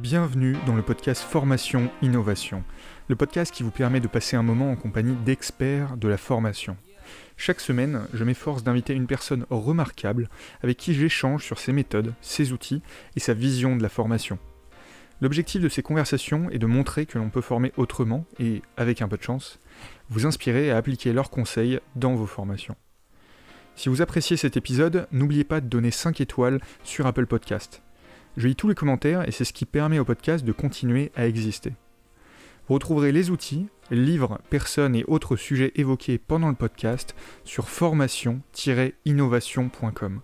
Bienvenue dans le podcast Formation Innovation, le podcast qui vous permet de passer un moment en compagnie d'experts de la formation. Chaque semaine, je m'efforce d'inviter une personne remarquable avec qui j'échange sur ses méthodes, ses outils et sa vision de la formation. L'objectif de ces conversations est de montrer que l'on peut former autrement et, avec un peu de chance, vous inspirer à appliquer leurs conseils dans vos formations. Si vous appréciez cet épisode, n'oubliez pas de donner 5 étoiles sur Apple Podcast. Je lis tous les commentaires et c'est ce qui permet au podcast de continuer à exister. Vous retrouverez les outils, livres, personnes et autres sujets évoqués pendant le podcast sur formation-innovation.com.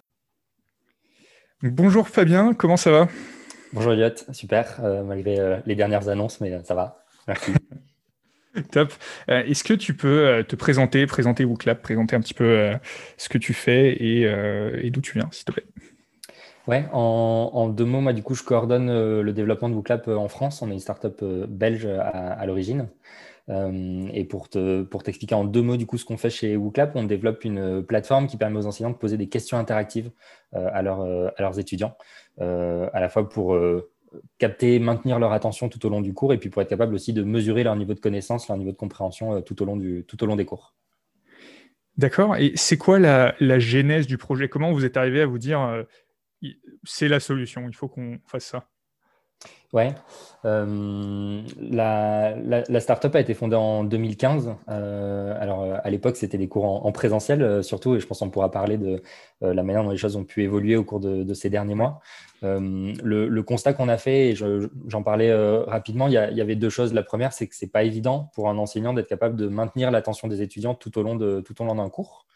Bonjour Fabien, comment ça va ? Bonjour Elliot, super, malgré les dernières annonces, mais ça va, merci. Top. Est-ce que tu peux te présenter WooClap, présenter un petit peu ce que tu fais et d'où tu viens, s'il te plaît ? Ouais, en 2 mots, moi du coup je coordonne le développement de WooClap en France. On est une startup belge à l'origine. Et pour t'expliquer en 2 mots du coup ce qu'on fait chez WooClap, on développe une plateforme qui permet aux enseignants de poser des questions interactives à leurs étudiants, à la fois pour capter, maintenir leur attention tout au long du cours et puis pour être capable aussi de mesurer leur niveau de connaissance, leur niveau de compréhension tout au long des cours. D'accord. Et c'est quoi la genèse du projet ? Comment vous êtes arrivé à vous dire c'est la solution, il faut qu'on fasse ça ? Ouais, la startup a été fondée en 2015. À l'époque, c'était des cours en présentiel surtout, et je pense qu'on pourra parler de la manière dont les choses ont pu évoluer au cours de ces derniers mois. Le constat qu'on a fait, et j'en parlais rapidement, il y avait 2 choses. La première, c'est que c'est pas évident pour un enseignant d'être capable de maintenir l'attention des étudiants tout au long d'un cours.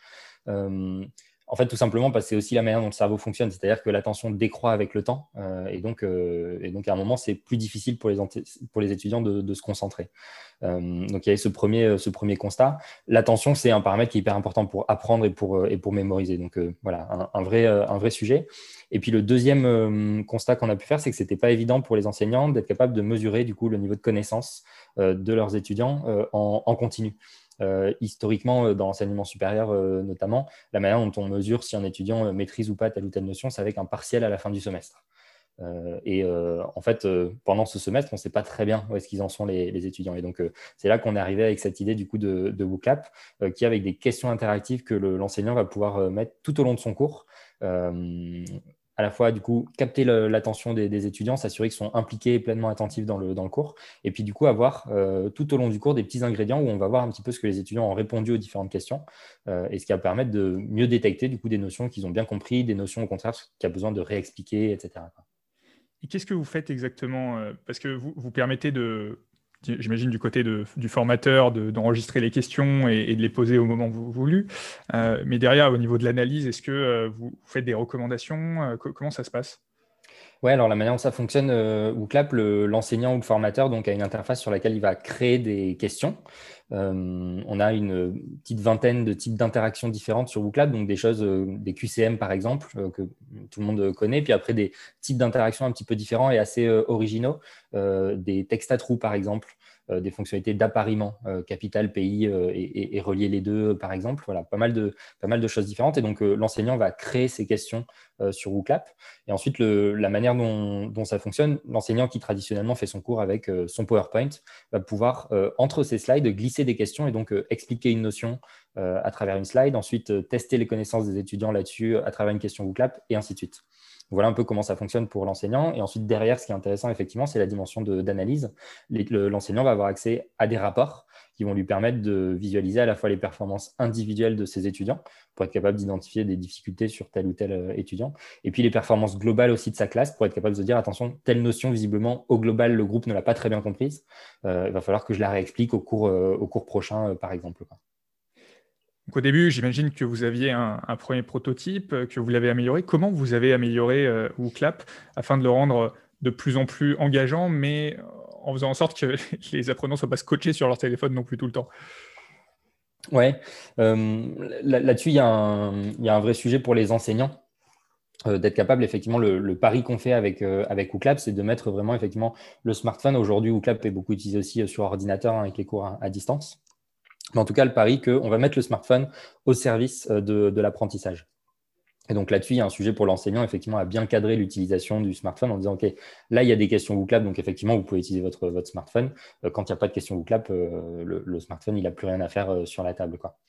En fait, tout simplement parce que c'est aussi la manière dont le cerveau fonctionne, c'est-à-dire que l'attention décroît avec le temps, et donc à un moment, c'est plus difficile pour les étudiants de se concentrer. Donc, il y avait ce premier constat. L'attention, c'est un paramètre qui est hyper important pour apprendre et pour mémoriser. Donc, voilà, un vrai sujet. Et puis, le deuxième constat qu'on a pu faire, c'est que ce n'était pas évident pour les enseignants d'être capables de mesurer du coup le niveau de connaissance de leurs étudiants en continu. Historiquement, dans l'enseignement supérieur notamment, la manière dont on mesure si un étudiant maîtrise ou pas telle ou telle notion, c'est avec un partiel à la fin du semestre. En fait, pendant ce semestre, on ne sait pas très bien où est-ce qu'ils en sont les étudiants. Et donc, c'est là qu'on est arrivé avec cette idée du coup de WooClap, qui avec des questions interactives que l'enseignant va pouvoir mettre tout au long de son cours. À la fois, du coup, capter l'attention des étudiants, s'assurer qu'ils sont impliqués et pleinement attentifs dans le cours. Et puis, du coup, avoir tout au long du cours des petits ingrédients où on va voir un petit peu ce que les étudiants ont répondu aux différentes questions, et ce qui va permettre de mieux détecter, du coup, des notions qu'ils ont bien compris, des notions, au contraire, qui a besoin de réexpliquer, etc. Et qu'est-ce que vous faites exactement ? Parce que vous permettez j'imagine du côté du formateur, d'enregistrer les questions et de les poser au moment voulu. Mais derrière, au niveau de l'analyse, est-ce que vous faites des recommandations ? Comment ça se passe ? Ouais, alors la manière dont ça fonctionne, WooClap, l'enseignant ou le formateur donc, a une interface sur laquelle il va créer des questions. On a une petite vingtaine de types d'interactions différentes sur WooClap, donc des choses, des QCM par exemple, que tout le monde connaît, puis après des types d'interactions un petit peu différents et assez originaux, des textes à trous par exemple, des fonctionnalités d'appariement, capitale, pays et relier les deux par exemple. Voilà, pas mal de choses différentes. Et donc l'enseignant va créer ces questions sur WooClap. Et ensuite, la manière dont ça fonctionne, l'enseignant qui traditionnellement fait son cours avec son PowerPoint va pouvoir, entre ces slides, glisser des questions et donc expliquer une notion à travers une slide, ensuite tester les connaissances des étudiants là-dessus à travers une question WooClap et ainsi de suite. Voilà un peu comment ça fonctionne pour l'enseignant. Et ensuite, derrière, ce qui est intéressant, effectivement, c'est la dimension d'analyse. L'enseignant va avoir accès à des rapports qui vont lui permettre de visualiser à la fois les performances individuelles de ses étudiants pour être capable d'identifier des difficultés sur tel ou tel étudiant, et puis les performances globales aussi de sa classe pour être capable de se dire, attention, telle notion, visiblement, au global, le groupe ne l'a pas très bien comprise. Il va falloir que je la réexplique au cours prochain, par exemple. Donc, au début, j'imagine que vous aviez un premier prototype, que vous l'avez amélioré. Comment vous avez amélioré WooClap afin de le rendre de plus en plus engageant, mais en faisant en sorte que les apprenants ne soient pas scotchés sur leur téléphone non plus tout le temps ? Ouais, là-dessus, il y a un vrai sujet pour les enseignants. D'être capable, effectivement, le pari qu'on fait avec WooClap, c'est de mettre vraiment, effectivement, le smartphone. Aujourd'hui, WooClap est beaucoup utilisé aussi sur ordinateur avec les cours à distance. Mais en tout cas, le pari qu'on va mettre le smartphone au service de l'apprentissage. Et donc là-dessus, il y a un sujet pour l'enseignant, effectivement, à bien cadrer l'utilisation du smartphone en disant, OK, là, il y a des questions WooClap, donc effectivement, vous pouvez utiliser votre smartphone. Quand il n'y a pas de questions WooClap, le smartphone, il n'a plus rien à faire sur la table, quoi.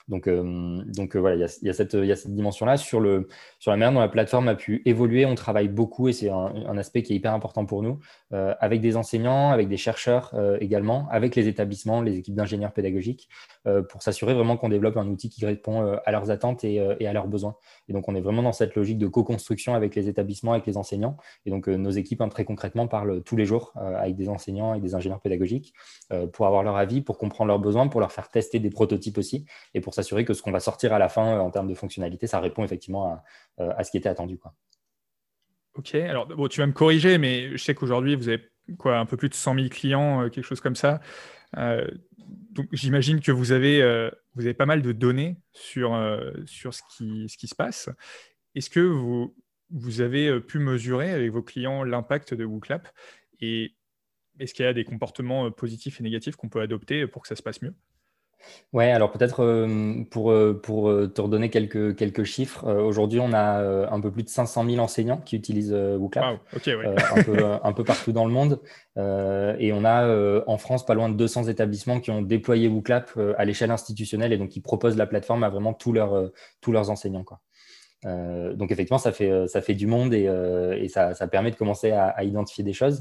Donc voilà, il y a cette dimension-là. Sur la manière dont la plateforme a pu évoluer, on travaille beaucoup et c'est un aspect qui est hyper important pour nous, avec des enseignants, avec des chercheurs également, avec les établissements, les équipes d'ingénieurs pédagogiques, pour s'assurer vraiment qu'on développe un outil qui répond à leurs attentes et à leurs besoins. Et donc, on est vraiment dans cette logique de co-construction avec les établissements, avec les enseignants. Et donc, nos équipes, très concrètement, parlent tous les jours avec des enseignants et des ingénieurs pédagogiques pour avoir leur avis, pour comprendre leurs besoins, pour leur faire tester des prototypes aussi et pour s'assurer que ce qu'on va sortir à la fin en termes de fonctionnalité, ça répond effectivement à ce qui était attendu, quoi. Ok, alors bon, tu vas me corriger, mais je sais qu'aujourd'hui, vous avez quoi, un peu plus de 100 000 clients, quelque chose comme ça. Donc, j'imagine que vous avez pas mal de données sur ce qui se passe. Est-ce que vous avez pu mesurer avec vos clients l'impact de WooClap et est-ce qu'il y a des comportements positifs et négatifs qu'on peut adopter pour que ça se passe mieux? Ouais, alors peut-être pour te redonner quelques chiffres, aujourd'hui, on a un peu plus de 500 000 enseignants qui utilisent WooClap, Waouh, ok, ouais. un peu partout dans le monde. Et on a en France pas loin de 200 établissements qui ont déployé WooClap à l'échelle institutionnelle et donc qui proposent la plateforme à vraiment tous leurs enseignants, quoi. Donc effectivement, ça fait du monde et ça permet de commencer à identifier des choses.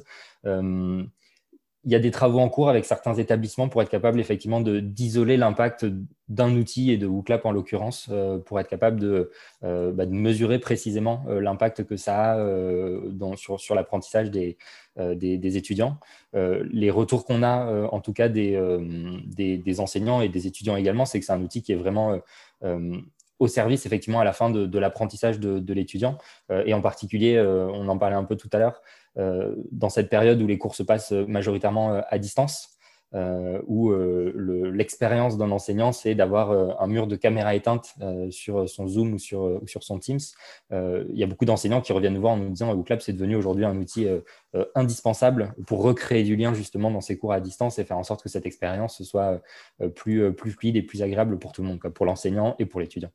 Il y a des travaux en cours avec certains établissements pour être capable effectivement d'isoler l'impact d'un outil et de WooClap en l'occurrence pour être capable de mesurer précisément l'impact que ça a sur l'apprentissage des étudiants. Les retours qu'on a en tout cas des enseignants et des étudiants également, c'est que c'est un outil qui est vraiment au service effectivement à la fin de l'apprentissage de l'étudiant et en particulier, on en parlait un peu tout à l'heure, dans cette période où les cours se passent majoritairement à distance, où l'expérience d'un enseignant, c'est d'avoir un mur de caméra éteinte sur son Zoom ou sur son Teams. Il y a beaucoup d'enseignants qui reviennent nous voir en nous disant WooClap, c'est devenu aujourd'hui un outil indispensable pour recréer du lien justement dans ces cours à distance et faire en sorte que cette expérience soit plus fluide et plus agréable pour tout le monde, quoi, pour l'enseignant et pour l'étudiant.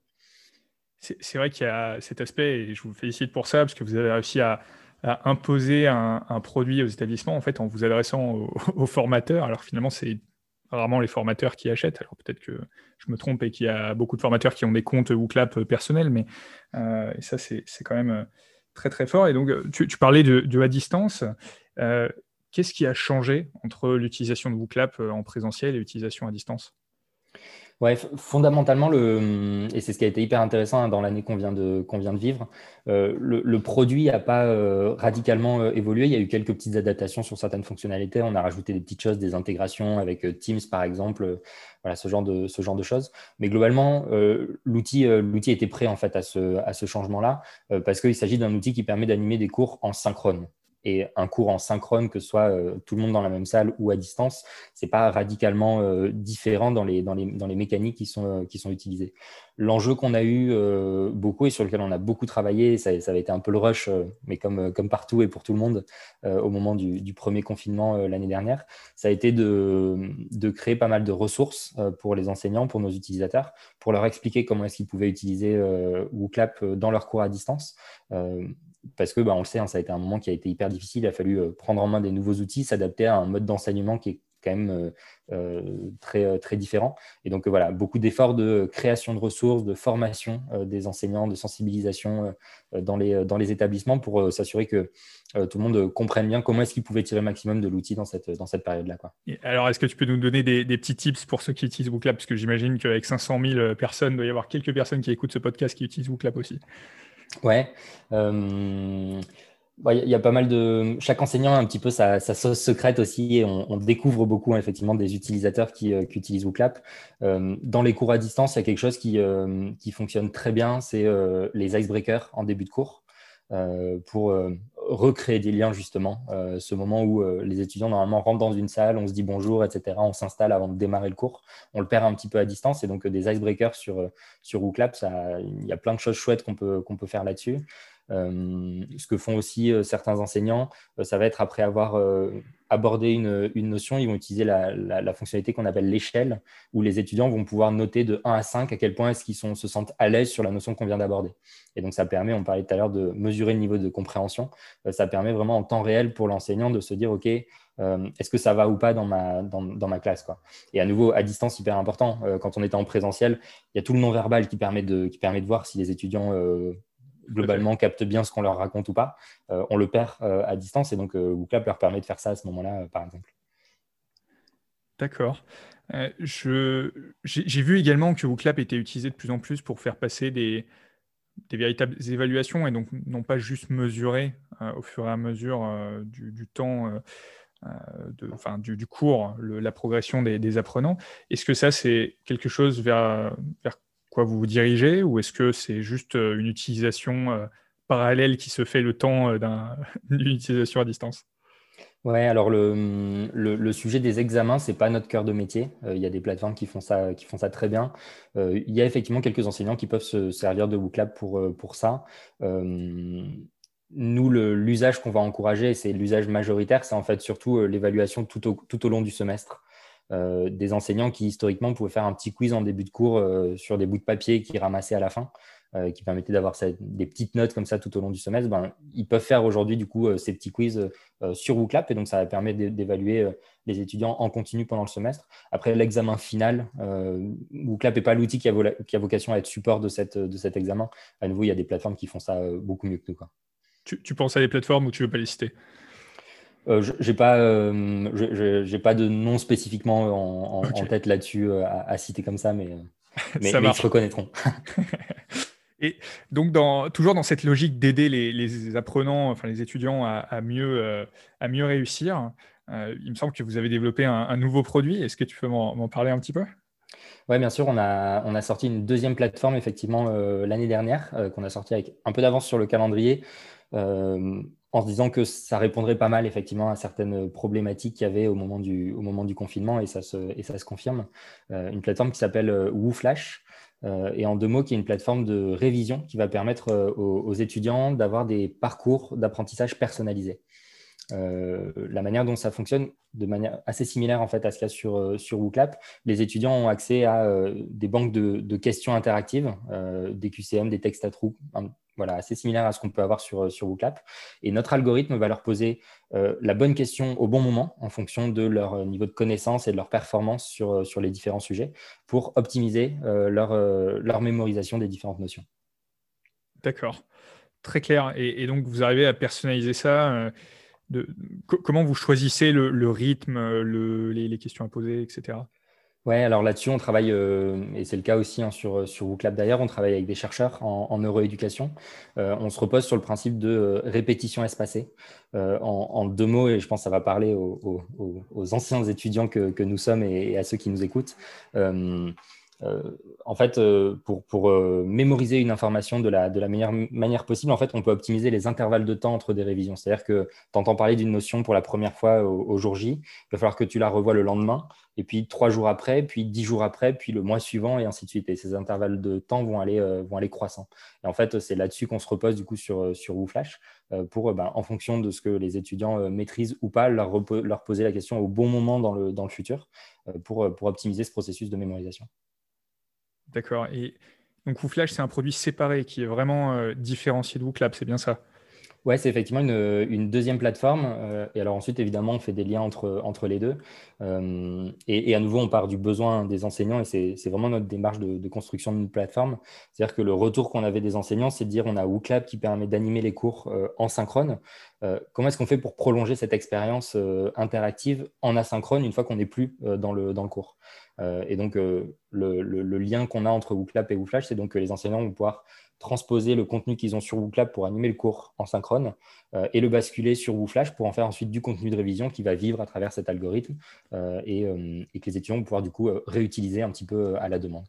C'est vrai qu'il y a cet aspect, et je vous félicite pour ça, parce que vous avez réussi à imposer un produit aux établissements, en fait, en vous adressant aux formateurs. Alors finalement, c'est rarement les formateurs qui achètent. Alors peut-être que je me trompe et qu'il y a beaucoup de formateurs qui ont des comptes WooClap personnels, mais et ça, c'est quand même très, très fort. Et donc, tu parlais de à distance. Euh, Qu'est-ce qui a changé entre l'utilisation de WooClap en présentiel et l'utilisation à distance? Ouais, fondamentalement, et c'est ce qui a été hyper intéressant dans l'année qu'on vient de vivre, le produit n'a pas radicalement évolué. Il y a eu quelques petites adaptations sur certaines fonctionnalités. On a rajouté des petites choses, des intégrations avec Teams, par exemple, voilà, ce genre de choses. Mais globalement, l'outil était prêt en fait à ce changement-là, parce qu'il s'agit d'un outil qui permet d'animer des cours en synchrone. Et un cours en synchrone, que ce soit tout le monde dans la même salle ou à distance, c'est pas radicalement différent dans les mécaniques qui sont utilisées. L'enjeu qu'on a eu beaucoup et sur lequel on a beaucoup travaillé, ça avait été un peu le rush, mais comme partout et pour tout le monde au moment du premier confinement l'année dernière, ça a été de créer pas mal de ressources pour les enseignants, pour nos utilisateurs, pour leur expliquer comment est-ce qu'ils pouvaient utiliser WooClap dans leurs cours à distance. Parce que, on le sait, hein, ça a été un moment qui a été hyper difficile. Il a fallu prendre en main des nouveaux outils, s'adapter à un mode d'enseignement qui est quand même très différent. Et donc, voilà, beaucoup d'efforts de création de ressources, de formation des enseignants, de sensibilisation dans les établissements pour s'assurer que tout le monde comprenne bien comment est-ce qu'il pouvait tirer le maximum de l'outil dans cette période-là, quoi. Et alors, est-ce que tu peux nous donner des petits tips pour ceux qui utilisent WooClap? Parce que j'imagine qu'avec 500 000 personnes, il doit y avoir quelques personnes qui écoutent ce podcast qui utilisent WooClap aussi. Ouais. Il y a pas mal de. Chaque enseignant a un petit peu sa sauce secrète aussi et on découvre beaucoup, hein, effectivement, des utilisateurs qui utilisent WooClap. Dans les cours à distance, il y a quelque chose qui fonctionne très bien, c'est les icebreakers en début de cours pour recréer des liens, justement. Ce moment où les étudiants, normalement, rentrent dans une salle, on se dit bonjour, etc. On s'installe avant de démarrer le cours. On le perd un petit peu à distance et donc des icebreakers sur WooClap, il y a plein de choses chouettes qu'on peut faire là-dessus. Ce que font aussi certains enseignants, ça va être après avoir abordé une notion, ils vont utiliser la fonctionnalité qu'on appelle l'échelle, où les étudiants vont pouvoir noter de 1 à 5 à quel point est-ce qu'ils se sentent à l'aise sur la notion qu'on vient d'aborder. Et donc, ça permet, on parlait tout à l'heure de mesurer le niveau de compréhension, ça permet vraiment en temps réel pour l'enseignant de se dire, OK, est-ce que ça va ou pas dans ma classe, quoi. Et à nouveau, à distance, hyper important. Quand on était en présentiel, il y a tout le non-verbal qui permet de voir si les étudiants globalement captent bien ce qu'on leur raconte ou pas. On le perd à distance et donc WooClap leur permet de faire ça à ce moment-là, par exemple. D'accord. J'ai vu également que WooClap était utilisé de plus en plus pour faire passer des véritables évaluations et donc non pas juste mesurer au fur et à mesure du temps du cours, la progression des apprenants. Est-ce que ça, c'est quelque chose vers quoi vous vous dirigez ou est-ce que c'est juste une utilisation parallèle qui se fait le temps d'une utilisation à distance? Ouais, alors le sujet des examens, c'est pas notre cœur de métier. Il y a des plateformes qui font ça très bien. Il y a effectivement quelques enseignants qui peuvent se servir de WooClap pour ça. Euh, Nous, l'usage qu'on va encourager, et c'est l'usage majoritaire, c'est en fait surtout l'évaluation tout au long du semestre. Des enseignants qui historiquement pouvaient faire un petit quiz en début de cours sur des bouts de papier qu'ils ramassaient à la fin, qui permettaient d'avoir des petites notes comme ça tout au long du semestre. Ben, ils peuvent faire aujourd'hui du coup ces petits quiz sur WooClap et donc ça va permettre d'évaluer les étudiants en continu pendant le semestre. Après l'examen final, WooClap n'est pas l'outil qui a vocation à être support de cet examen. À nouveau, il y a des plateformes qui font ça beaucoup mieux que nous, quoi. Tu penses à des plateformes où tu veux pas les citer? J'ai pas de nom spécifiquement en Ok, tête là-dessus à citer comme ça, ça mais ils se marche. reconnaîtront. Et donc, toujours dans cette logique d'aider les apprenants, enfin les étudiants à mieux réussir, il me semble que vous avez développé un nouveau produit. Est-ce que tu peux m'en parler un petit peu? Ouais, bien sûr, on a sorti une deuxième plateforme effectivement l'année dernière, qu'on a sorti avec un peu d'avance sur le calendrier, en se disant que ça répondrait pas mal effectivement à certaines problématiques qu'il y avait au moment du confinement, et ça se confirme. Une plateforme qui s'appelle WooFlash, et en deux mots, qui est une plateforme de révision qui va permettre aux étudiants d'avoir des parcours d'apprentissage personnalisés. La manière dont ça fonctionne, de manière assez similaire en fait à ce qu'il y a sur WooClap, les étudiants ont accès à des banques de questions interactives, des QCM, des textes à trous, voilà, assez similaire à ce qu'on peut avoir sur WooClap. Et notre algorithme va leur poser la bonne question au bon moment en fonction de leur niveau de connaissance et de leur performance sur les différents sujets pour optimiser leur mémorisation des différentes notions. D'accord, très clair. Et donc, vous arrivez à personnaliser ça. De, Comment vous choisissez le rythme, les questions à poser, etc. Ouais, alors là-dessus, on travaille, et c'est le cas aussi hein, sur WooClap d'ailleurs, on travaille avec des chercheurs en neuroéducation. On se repose sur le principe de répétition espacée. En deux mots, et je pense que ça va parler aux anciens étudiants que nous sommes et à ceux qui nous écoutent. Euh, euh, En fait, pour mémoriser une information de la meilleure manière possible, en fait, on peut optimiser les intervalles de temps entre des révisions. C'est-à-dire que tu entends parler d'une notion pour la première fois au jour J, il va falloir que tu la revoies le lendemain et puis 3 jours après, puis 10 jours après, puis le mois suivant, et ainsi de suite. Et ces intervalles de temps vont aller croissant. Et en fait, c'est là-dessus qu'on se repose du coup sur WooFlash pour, ben, en fonction de ce que les étudiants maîtrisent ou pas, leur poser la question au bon moment dans le futur pour optimiser ce processus de mémorisation. D'accord. Et donc, WooFlash, c'est un produit séparé qui est vraiment différencié de WooClap, c'est bien ça? Ouais, c'est effectivement une deuxième plateforme. Et alors ensuite, évidemment, on fait des liens entre les deux. Et à nouveau, on part du besoin des enseignants et c'est vraiment notre démarche de construction d'une plateforme. C'est-à-dire que le retour qu'on avait des enseignants, c'est de dire on a WooClap qui permet d'animer les cours en synchrone. Comment est-ce qu'on fait pour prolonger cette expérience interactive en asynchrone une fois qu'on n'est plus dans le cours? Et donc, le lien qu'on a entre WooClap et WooFlash, c'est donc que les enseignants vont pouvoir transposer le contenu qu'ils ont sur WooClap pour animer le cours en synchrone et le basculer sur WooFlash pour en faire ensuite du contenu de révision qui va vivre à travers cet algorithme et que les étudiants vont pouvoir du coup réutiliser un petit peu à la demande.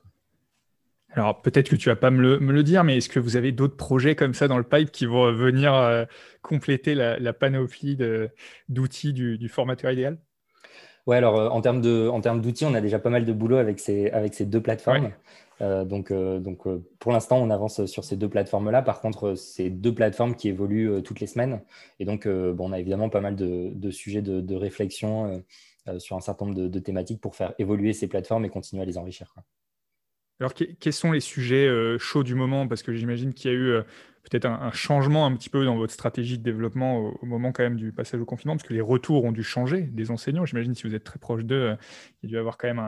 Alors, peut-être que tu vas pas me le dire, mais est-ce que vous avez d'autres projets comme ça dans le pipe qui vont venir compléter la panoplie d'outils du formateur idéal? Ouais, alors en termes d'outils, on a déjà pas mal de boulot avec ces deux Ouais, plateformes. Pour l'instant, on avance sur ces deux plateformes-là. Par contre, c'est deux plateformes qui évoluent toutes les semaines. Et donc, on a évidemment pas mal de sujets de réflexion sur un certain nombre de thématiques pour faire évoluer ces plateformes et continuer à les enrichir, quoi. Alors, quels sont les sujets chauds du moment? Parce que j'imagine qu'il y a eu peut-être un changement un petit peu dans votre stratégie de développement au moment quand même du passage au confinement, parce que les retours ont dû changer des enseignants. J'imagine si vous êtes très proche d'eux, il y a dû y avoir quand même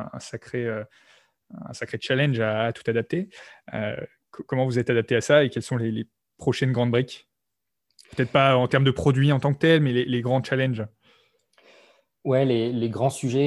un sacré challenge à tout adapter. Euh, Comment vous êtes adapté à ça et quelles sont les prochaines grandes briques? Peut-être pas en termes de produits en tant que tel, mais les grands challenges. Ouais, les grands sujets,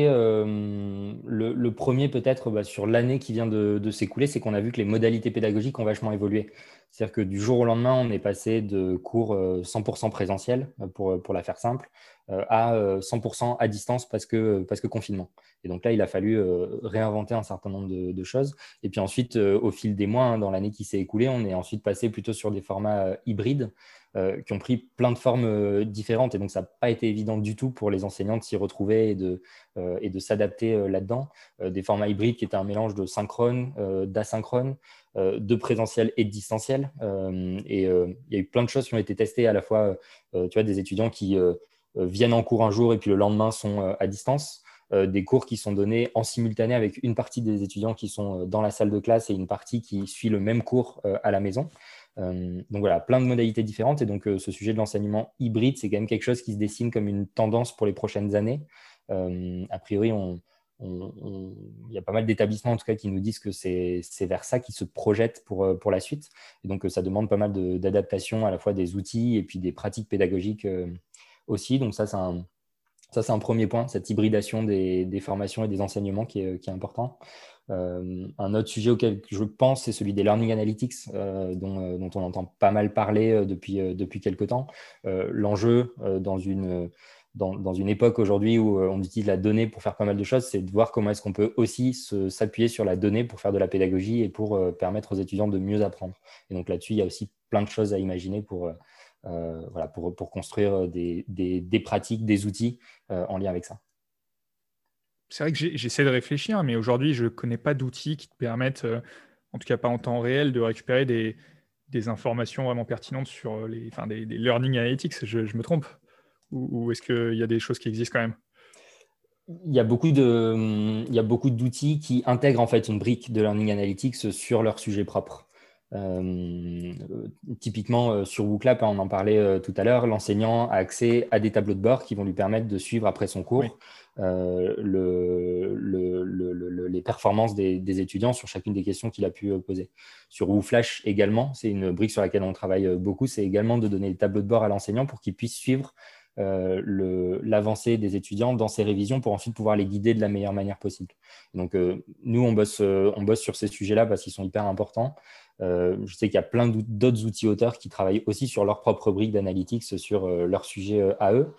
le premier peut-être sur l'année qui vient de s'écouler, c'est qu'on a vu que les modalités pédagogiques ont vachement évolué. C'est-à-dire que du jour au lendemain, on est passé de cours 100% présentiel, pour la faire simple, à 100% à distance parce que confinement. Et donc là, il a fallu réinventer un certain nombre de choses. Et puis ensuite, au fil des mois, hein, dans l'année qui s'est écoulée, on est ensuite passé plutôt sur des formats hybrides qui ont pris plein de formes différentes. Et donc, ça n'a pas été évident du tout pour les enseignants de s'y retrouver et de s'adapter là-dedans. Des formats hybrides qui étaient un mélange de synchrone, d'asynchrone, de présentiel et de distanciel. Il y a eu plein de choses qui ont été testées à la fois, tu vois, des étudiants qui viennent en cours un jour et puis le lendemain sont à distance. Des cours qui sont donnés en simultané avec une partie des étudiants qui sont dans la salle de classe et une partie qui suit le même cours à la maison. Donc voilà, plein de modalités différentes. Et donc, ce sujet de l'enseignement hybride, c'est quand même quelque chose qui se dessine comme une tendance pour les prochaines années. A priori, il y a pas mal d'établissements en tout cas qui nous disent que c'est vers ça qu'ils se projettent pour la suite. Et donc, ça demande pas mal d'adaptation à la fois des outils et puis des pratiques pédagogiques aussi. Donc, ça, c'est un premier point, cette hybridation des formations et des enseignements qui est important. Un autre sujet auquel je pense, c'est celui des learning analytics, dont on entend pas mal parler depuis quelques temps. L'enjeu dans une époque aujourd'hui où on utilise la donnée pour faire pas mal de choses, c'est de voir comment est-ce qu'on peut aussi s'appuyer sur la donnée pour faire de la pédagogie et pour permettre aux étudiants de mieux apprendre. Et donc là-dessus, il y a aussi plein de choses à imaginer pour construire des pratiques, des outils en lien avec ça. C'est vrai que j'essaie de réfléchir, mais aujourd'hui, je ne connais pas d'outils qui te permettent, en tout cas pas en temps réel, de récupérer des informations vraiment pertinentes sur des learning analytics. Je me trompe? Ou est-ce qu'il y a des choses qui existent quand même? Il y a beaucoup d'outils qui intègrent en fait une brique de Learning Analytics sur leur sujet propre. Typiquement sur WooClap, hein, on en parlait tout à l'heure, l'enseignant a accès à des tableaux de bord qui vont lui permettre de suivre après son cours Oui. les performances des étudiants sur chacune des questions qu'il a pu poser. Sur WooFlash également, c'est une brique sur laquelle on travaille beaucoup, c'est également de donner des tableaux de bord à l'enseignant pour qu'il puisse suivre l'avancée des étudiants dans ces révisions pour ensuite pouvoir les guider de la meilleure manière possible. Donc, nous, on bosse sur ces sujets-là parce qu'ils sont hyper importants. Je sais qu'il y a plein d'autres outils auteurs qui travaillent aussi sur leur propre brique d'analytics sur leur sujet à eux.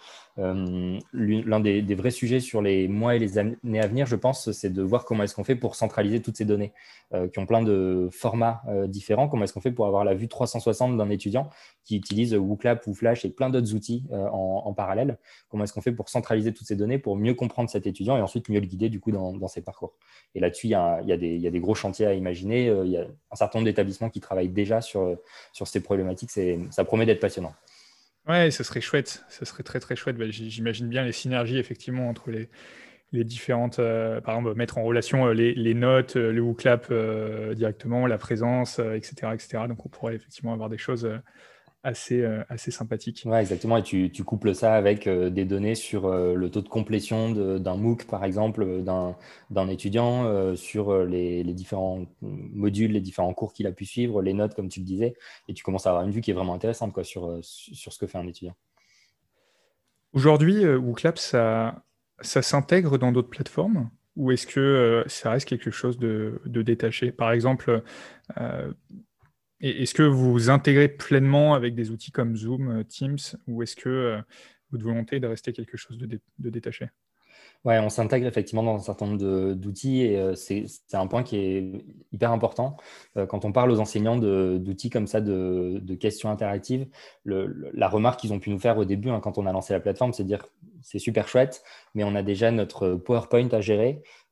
L'un des vrais sujets sur les mois et les années à venir, je pense, c'est de voir comment est-ce qu'on fait pour centraliser toutes ces données qui ont plein de formats différents. Comment est-ce qu'on fait pour avoir la vue 360 d'un étudiant qui utilise WooClap, WooFlash et plein d'autres outils en parallèle. Comment est-ce qu'on fait pour centraliser toutes ces données pour mieux comprendre cet étudiant et ensuite mieux le guider du coup dans ses parcours. Et là-dessus, il y a des gros chantiers à imaginer. Il y a un certain nombre d'établissements qui travaillent déjà sur ces problématiques. Ça promet d'être passionnant. Ouais, ça serait chouette. Ça serait très très chouette. Bah, j'imagine bien les synergies effectivement entre les différentes, par exemple, mettre en relation les notes, le WooClap directement, la présence, etc., etc. Donc on pourrait effectivement avoir des choses assez sympathiques. Ouais, exactement. Et tu couples ça avec des données sur le taux de complétion d'un MOOC, par exemple, d'un étudiant, sur les différents modules, les différents cours qu'il a pu suivre, les notes, comme tu le disais. Et tu commences à avoir une vue qui est vraiment intéressante quoi, sur ce que fait un étudiant. Aujourd'hui, WooClap, ça s'intègre dans d'autres plateformes ou est-ce que ça reste quelque chose de détaché? Par exemple, est-ce que vous vous intégrez pleinement avec des outils comme Zoom, Teams, ou est-ce que votre volonté de rester quelque chose de détaché? Ouais, on s'intègre effectivement dans un certain nombre d'outils et c'est un point qui est hyper important. Quand on parle aux enseignants d'outils comme ça, de questions interactives, la remarque qu'ils ont pu nous faire au début, hein, quand on a lancé la plateforme, c'est de dire c'est super chouette, mais on a déjà notre PowerPoint à gérer.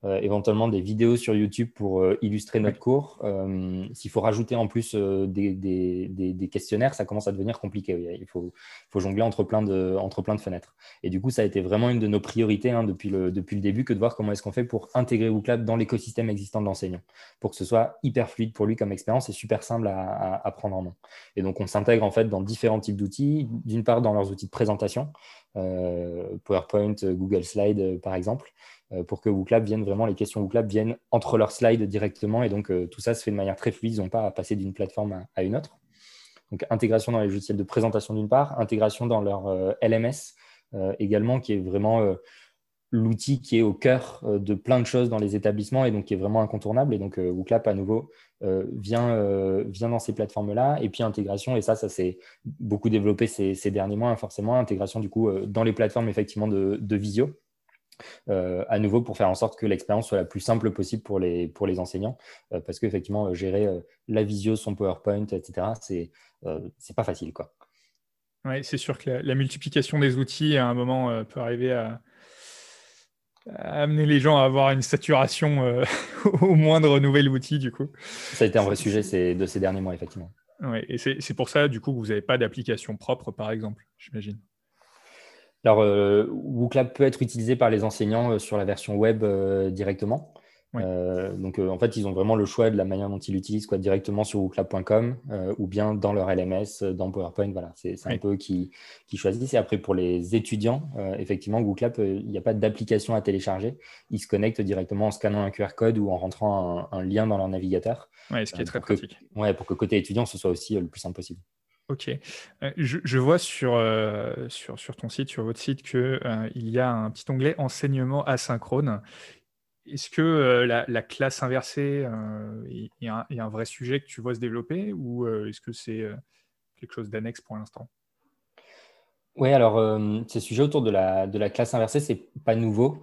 éventuellement des vidéos sur YouTube pour illustrer Oui. notre cours. S'il faut rajouter en plus des questionnaires, ça commence à devenir compliqué. Oui. Il faut jongler entre plein de fenêtres. Et du coup, ça a été vraiment une de nos priorités depuis le début que de voir comment est-ce qu'on fait pour intégrer WooClap dans l'écosystème existant de l'enseignant, pour que ce soit hyper fluide pour lui comme expérience et super simple à prendre en main. Et donc, on s'intègre en fait dans différents types d'outils, d'une part dans leurs outils de présentation, PowerPoint, Google Slides par exemple, pour que WooClap vienne vraiment, les questions WooClap viennent entre leurs slides directement. Et donc, tout ça se fait de manière très fluide. Ils n'ont pas à passer d'une plateforme à une autre. Donc, intégration dans les logiciels de présentation d'une part, intégration dans leur LMS également, qui est vraiment l'outil qui est au cœur de plein de choses dans les établissements et donc qui est vraiment incontournable. Et donc, WooClap, à nouveau, vient dans ces plateformes-là. Et puis, intégration, et ça s'est beaucoup développé ces derniers mois, hein, forcément, intégration du coup dans les plateformes effectivement de visio. À nouveau pour faire en sorte que l'expérience soit la plus simple possible pour les enseignants, parce qu'effectivement, gérer la visio, son PowerPoint, etc., c'est pas facile, quoi. Ouais, c'est sûr que la multiplication des outils, à un moment, peut arriver à amener les gens à avoir une saturation au moindre nouvel outil, du coup. Ça a été un vrai C'est- sujet c'est- de ces derniers mois, effectivement. Ouais, et c'est pour ça, du coup, que vous n'avez pas d'application propre, par exemple, j'imagine. Alors, WooClap peut être utilisé par les enseignants sur la version web directement. Oui. Donc, en fait, ils ont vraiment le choix de la manière dont ils l'utilisent, quoi, directement sur wooclap.com ou bien dans leur LMS, dans PowerPoint. Voilà, c'est un Oui. peu eux qui choisissent. Et après, pour les étudiants, effectivement, WooClap, il n'y a pas d'application à télécharger. Ils se connectent directement en scannant un QR code ou en rentrant un lien dans leur navigateur Ouais, ce qui est très pour que, pratique. ouais, pour que côté étudiant, ce soit aussi le plus simple possible. Ok. Je vois sur ton site, sur votre site, que, il y a un petit onglet enseignement asynchrone. Est-ce que la classe inversée est un vrai sujet que tu vois se développer ou est-ce que c'est quelque chose d'annexe pour l'instant? Oui, alors ces sujets autour de la classe inversée, c'est pas nouveau.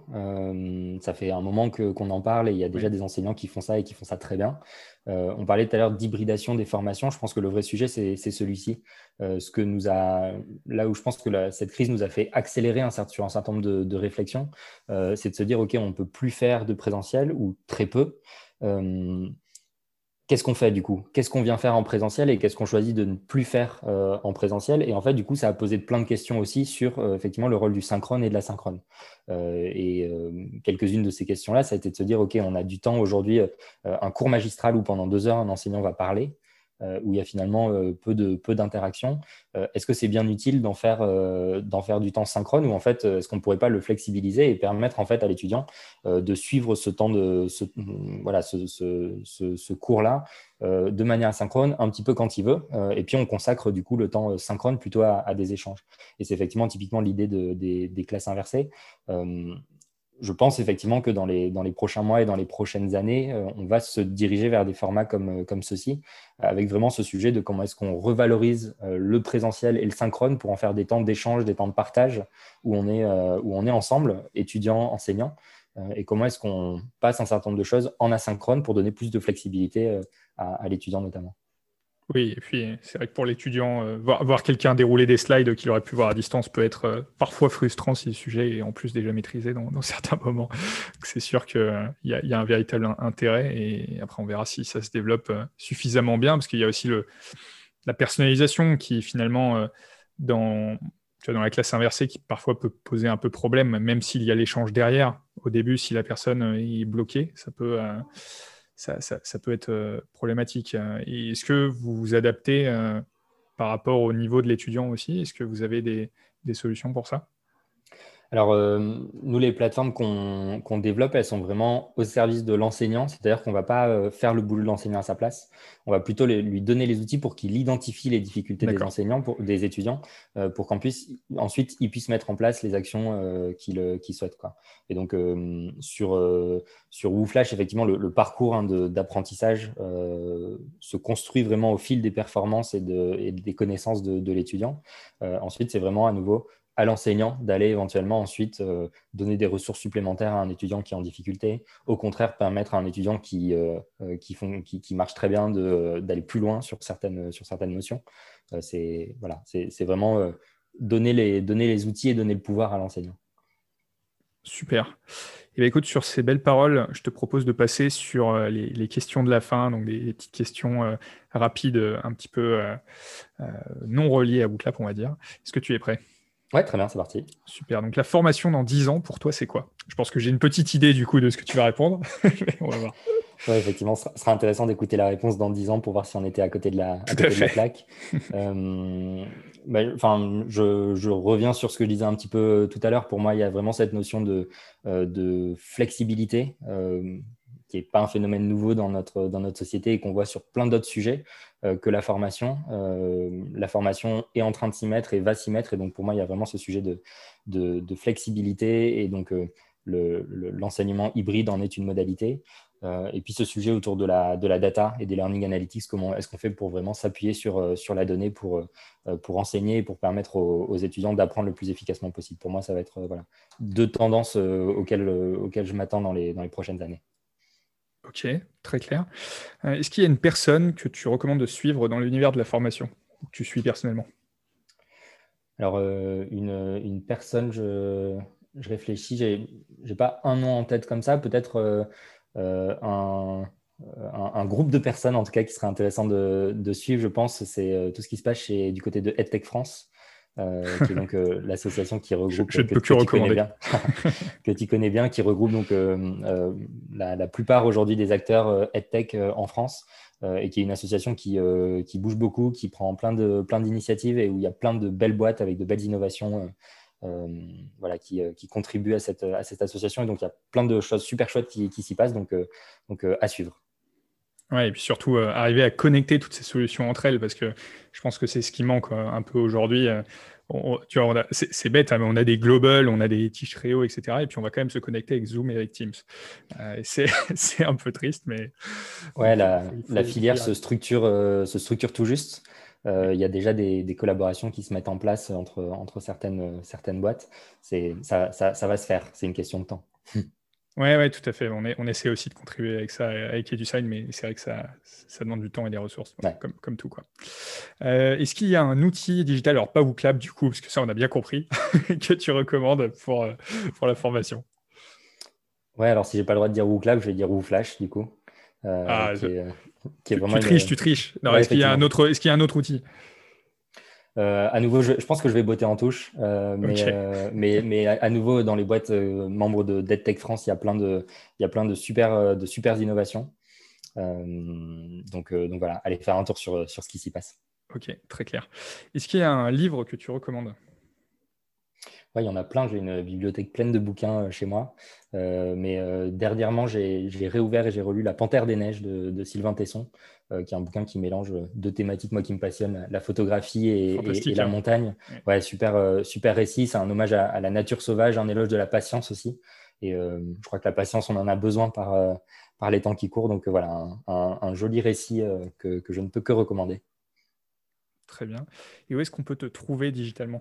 Ça fait un moment qu'on en parle et il y a déjà Oui. des enseignants qui font ça et qui font ça très bien. On parlait tout à l'heure d'hybridation des formations. Je pense que le vrai sujet, c'est celui-ci. Là où je pense que cette crise nous a fait accélérer sur un certain nombre de réflexions, c'est de se dire, OK, on ne peut plus faire de présentiel ou très peu. Euh, Qu'est-ce qu'on fait du coup? Qu'est-ce qu'on vient faire en présentiel et qu'est-ce qu'on choisit de ne plus faire en présentiel? Et en fait, du coup, ça a posé plein de questions aussi sur effectivement le rôle du synchrone et de l'asynchrone. Quelques-unes de ces questions-là, ça a été de se dire, OK, on a du temps aujourd'hui, un cours magistral où pendant 2 heures, un enseignant va parler, où il y a finalement peu d'interaction. Est-ce que c'est bien utile d'en faire du temps synchrone ou en fait, est-ce qu'on ne pourrait pas le flexibiliser et permettre en fait à l'étudiant de suivre ce temps voilà, ce cours-là de manière asynchrone, un petit peu quand il veut, et puis on consacre du coup le temps synchrone plutôt à des échanges. Et c'est effectivement typiquement l'idée des classes inversées. Euh, je pense effectivement que dans les prochains mois et dans les prochaines années, on va se diriger vers des formats comme ceux-ci, avec vraiment ce sujet de comment est-ce qu'on revalorise le présentiel et le synchrone pour en faire des temps d'échange, des temps de partage où on est ensemble, étudiants, enseignants, et comment est-ce qu'on passe un certain nombre de choses en asynchrone pour donner plus de flexibilité à l'étudiant notamment. Oui, et puis c'est vrai que pour l'étudiant, voir quelqu'un dérouler des slides qu'il aurait pu voir à distance peut être parfois frustrant si le sujet est en plus déjà maîtrisé dans certains moments. Donc, c'est sûr qu'il y a un véritable intérêt et après on verra si ça se développe suffisamment bien parce qu'il y a aussi la personnalisation qui finalement dans, tu vois, dans la classe inversée qui parfois peut poser un peu problème, même s'il y a l'échange derrière. Au début, si la personne est bloquée, ça peut être problématique. Et est-ce que vous vous adaptez par rapport au niveau de l'étudiant aussi? Est-ce que vous avez des solutions pour ça? Alors, nous, les plateformes qu'on développe, elles sont vraiment au service de l'enseignant, c'est-à-dire qu'on ne va pas faire le boulot de l'enseignant à sa place. On va plutôt lui donner les outils pour qu'il identifie les difficultés des D'accord. enseignants, des étudiants, pour ensuite, il puisse mettre en place les actions qu'il souhaite, quoi. Et donc, sur WooFlash, effectivement, le parcours hein, d'apprentissage se construit vraiment au fil des performances et des connaissances de l'étudiant. Ensuite, c'est vraiment à nouveau à l'enseignant d'aller éventuellement ensuite donner des ressources supplémentaires à un étudiant qui est en difficulté. Au contraire, permettre à un étudiant qui marche très bien d'aller plus loin sur certaines notions. Voilà, c'est vraiment donner les outils et donner le pouvoir à l'enseignant. Super. Et bien écoute, sur ces belles paroles, je te propose de passer sur les questions de la fin, donc des petites questions rapides, un petit peu euh, non reliées à Booklab, on va dire. Est-ce que tu es prêt? Ouais, très bien, c'est parti. Super. Donc la formation dans 10 ans, pour toi, c'est quoi? Je pense que j'ai une petite idée du coup de ce que tu vas répondre. Mais on va voir. Ouais, effectivement, ce sera intéressant d'écouter la réponse dans 10 ans pour voir si on était à côté de à Tout à côté de la fait. plaque. Enfin, je reviens sur ce que je disais un petit peu tout à l'heure. Pour moi, il y a vraiment cette notion de flexibilité qui n'est pas un phénomène nouveau dans notre société et qu'on voit sur plein d'autres sujets que la formation. La formation est en train de s'y mettre et va s'y mettre. Et donc, pour moi, il y a vraiment ce sujet de flexibilité. Et donc, l'enseignement hybride en est une modalité. Et puis ce sujet autour de la data et des learning analytics, comment est-ce qu'on fait pour vraiment s'appuyer sur la donnée pour enseigner et pour permettre aux étudiants d'apprendre le plus efficacement possible. Pour moi, ça va être voilà, deux tendances auxquelles je m'attends dans les prochaines années. Ok, très clair. Est-ce qu'il y a une personne que tu recommandes de suivre dans l'univers de la formation, ou que tu suis personnellement? Alors, une personne, je réfléchis, j'ai pas un nom en tête comme ça, peut-être un groupe de personnes, en tout cas, qui serait intéressant de suivre, je pense, c'est tout ce qui se passe du côté de EdTech France, qui est donc l'association qui regroupe, Je ne peux que que tu connais recommander. bien, que tu connais bien, qui regroupe donc la plupart aujourd'hui des acteurs EdTech en France, et qui est une association qui bouge beaucoup, qui prend plein d'initiatives et où il y a plein de belles boîtes avec de belles innovations voilà, qui contribuent à cette association. Et donc, il y a plein de choses super chouettes qui s'y passent, donc à suivre. Ouais, et puis surtout, arriver à connecter toutes ces solutions entre elles, parce que je pense que c'est ce qui manque un peu aujourd'hui. Tu vois, c'est bête, hein, mais on a des global, on a des Tichreo, etc. Et puis on va quand même se connecter avec Zoom et avec Teams. Et c'est c'est un peu triste, mais Ouais, il la faut y filière arriver. se structure tout juste. Il y a déjà des collaborations qui se mettent en place entre certaines boîtes. Ça va se faire, c'est une question de temps. Ouais, ouais, tout à fait. On essaie aussi de contribuer avec ça, avec EduSign, mais c'est vrai que ça demande du temps et des ressources, bon, Ouais. comme tout, quoi. Est-ce qu'il y a un outil digital, alors pas WooClap du coup, parce que ça on a bien compris, que tu recommandes pour la formation? Ouais, alors si j'ai pas le droit de dire WooClap, je vais dire WooFlash du coup, Ah, qui est vraiment tu triches. Non, Ouais, effectivement. est-ce qu'il y a un autre outil? À nouveau, je pense que je vais botter en touche, Ok, mais à nouveau, dans les boîtes membres de DeadTech France, il y a plein de super innovations. Donc voilà, allez faire un tour sur ce qui s'y passe. ok, très clair. Est-ce qu'il y a un livre que tu recommandes? Ouais, il y en a plein. J'ai une bibliothèque pleine de bouquins chez moi. Mais dernièrement, j'ai réouvert et j'ai relu La Panthère des Neiges de Sylvain Tesson, qui est un bouquin qui mélange deux thématiques, moi qui me passionnent, la photographie et Fantastique, la hein. montagne. Ouais. Ouais, super récit. C'est un hommage à la nature sauvage, un éloge de la patience aussi. Et je crois que la patience, on en a besoin par les temps qui courent. Donc voilà, un joli récit que je ne peux que recommander. Très bien. Et où est-ce qu'on peut te trouver digitalement?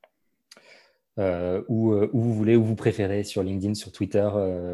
Où vous voulez, où vous préférez, sur LinkedIn, sur Twitter.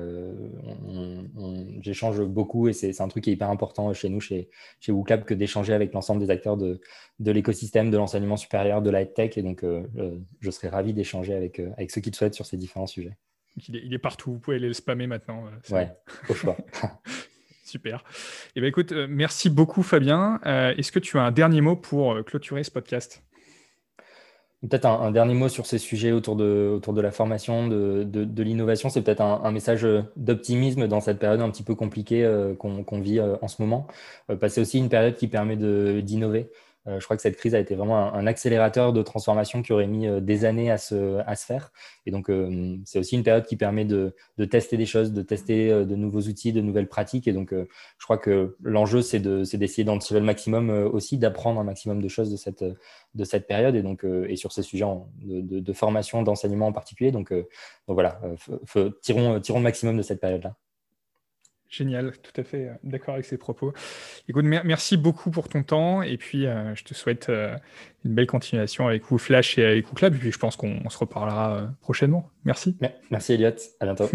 J'échange beaucoup et c'est un truc qui est hyper important chez nous, chez WooClap, que d'échanger avec l'ensemble des acteurs de l'écosystème, de l'enseignement supérieur, de la tech. Et donc, je serais ravi d'échanger avec ceux qui le souhaitent sur ces différents sujets. Il est partout, vous pouvez aller le spammer maintenant, c'est bon. Ouais, au choix. Super. Eh bien, écoute, merci beaucoup, Fabien. Est-ce que tu as un dernier mot pour clôturer ce podcast? Peut-être un dernier mot sur ces sujets autour de la formation, de l'innovation. C'est peut-être un message d'optimisme dans cette période un petit peu compliquée qu'on vit en ce moment. Parce que c'est aussi une période qui permet d'innover. Je crois que cette crise a été vraiment un accélérateur de transformation qui aurait mis des années à se faire. Et donc, c'est aussi une période qui permet de tester des choses, de tester de nouveaux outils, de nouvelles pratiques. Et donc, je crois que l'enjeu, c'est d'essayer d'en tirer le maximum aussi, d'apprendre un maximum de choses de cette période et donc et sur ces sujets de formation, d'enseignement en particulier. Donc voilà, tirons le maximum de cette période-là. Génial, tout à fait d'accord avec ces propos. Écoute, merci beaucoup pour ton temps et puis je te souhaite une belle continuation avec WooFlash et avec WooClap et puis je pense qu'on se reparlera prochainement. Merci. Merci Elliot, à bientôt.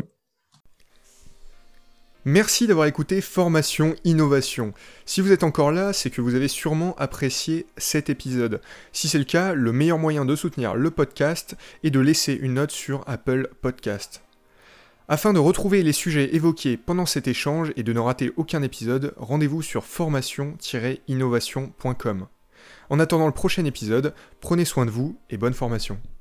Merci d'avoir écouté Formation Innovation. Si vous êtes encore là, c'est que vous avez sûrement apprécié cet épisode. Si c'est le cas, le meilleur moyen de soutenir le podcast est de laisser une note sur Apple Podcast. Afin de retrouver les sujets évoqués pendant cet échange et de ne rater aucun épisode, rendez-vous sur formation-innovation.com. En attendant le prochain épisode, prenez soin de vous et bonne formation.